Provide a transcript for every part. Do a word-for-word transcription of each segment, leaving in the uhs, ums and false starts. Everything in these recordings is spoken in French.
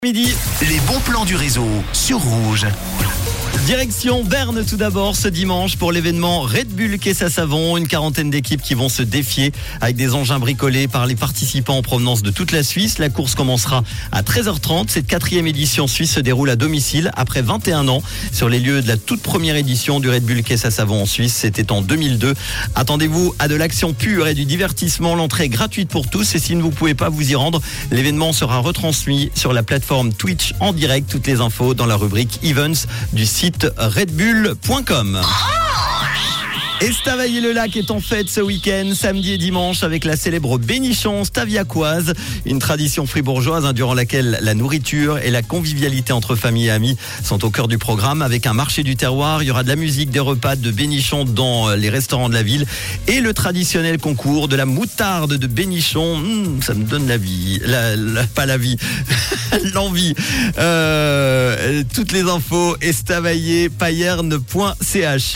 Midi, Les bons plans du réseau sur Rouge. direction Berne tout d'abord ce dimanche pour l'événement Red Bull Caisse à Savon. Une quarantaine d'équipes qui vont se défier avec des engins bricolés par les participants en provenance de toute la Suisse. La course commencera à treize heures trente. Cette quatrième édition suisse se déroule à domicile après vingt et un ans sur les lieux de la toute première édition du Red Bull Caisse à Savon en Suisse. C'était en deux mille deux. Attendez-vous à de l'action pure et du divertissement. L'entrée est gratuite pour tous et si vous ne pouvez pas vous y rendre, l'événement sera retransmis sur la plateforme Twitch en direct. Toutes les infos dans la rubrique Events du site red bull point com. Estavayer-le-Lac est en fête ce week-end, samedi et dimanche, avec la célèbre Bénichon staviacoise, une tradition fribourgeoise hein, durant laquelle la nourriture et la convivialité entre famille et amis sont au cœur du programme. Avec un marché du terroir, il y aura de la musique, des repas de Bénichon dans les restaurants de la ville et le traditionnel concours de la moutarde de Bénichon. Mmh, ça me donne la vie, la, la, pas la vie, l'envie. Euh, toutes les infos, estavayer payerne point c h.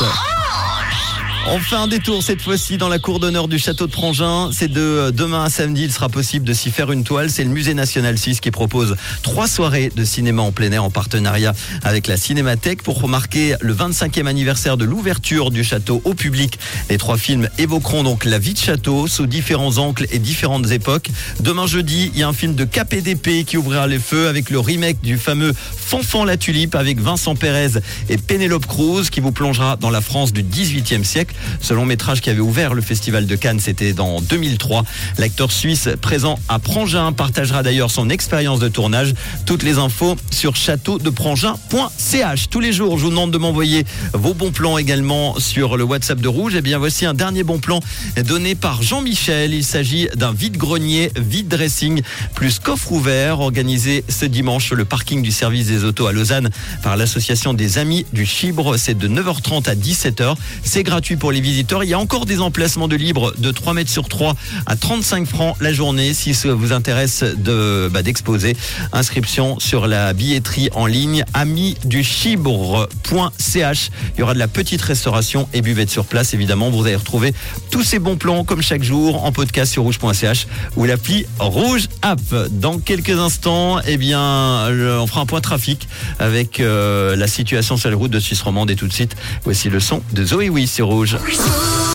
On fait un détour cette fois-ci dans la cour d'honneur du château de Prangin. C'est de demain à samedi, il sera possible de s'y faire une toile. C'est le musée national suisse qui propose trois soirées de cinéma en plein air en partenariat avec la Cinémathèque pour marquer le vingt-cinquième anniversaire de l'ouverture du château au public. Les trois films évoqueront donc la vie de château sous différents angles et différentes époques. Demain jeudi, il y a un film de K P D P qui ouvrira les feux avec le remake du fameux Fanfan la Tulipe avec Vincent Pérez et Pénélope Cruz qui vous plongera dans la France du dix-huitième siècle. Ce long métrage qui avait ouvert le festival de Cannes, c'était dans deux mille trois. L'acteur suisse présent à Prangin partagera d'ailleurs son expérience de tournage. Toutes les infos sur château de prangin point c h. Tous les jours, je vous demande de m'envoyer vos bons plans également sur le WhatsApp de Rouge. Et bien voici un dernier bon plan donné par Jean-Michel. Il s'agit d'un vide-grenier, vide-dressing plus coffre ouvert organisé ce dimanche sur le parking du service des autos à Lausanne par l'association des Amis du Chibre. C'est de neuf heures trente à dix-sept heures. C'est gratuit pour les visiteurs. Il y a encore des emplacements de libre de trois mètres sur trois à trente-cinq francs la journée si ça vous intéresse de, bah, d'exposer. Inscription sur la billetterie en ligne amis du chibre point c h. Il y aura de la petite restauration et buvette sur place. Évidemment, vous allez retrouver tous ces bons plans comme chaque jour en podcast sur rouge point c h ou l'appli Rouge App. Dans quelques instants, eh bien, on fera un point trafic avec euh, la situation sur les routes de Suisse romande et tout de suite, voici le son de Zoé Oui sur Rouge.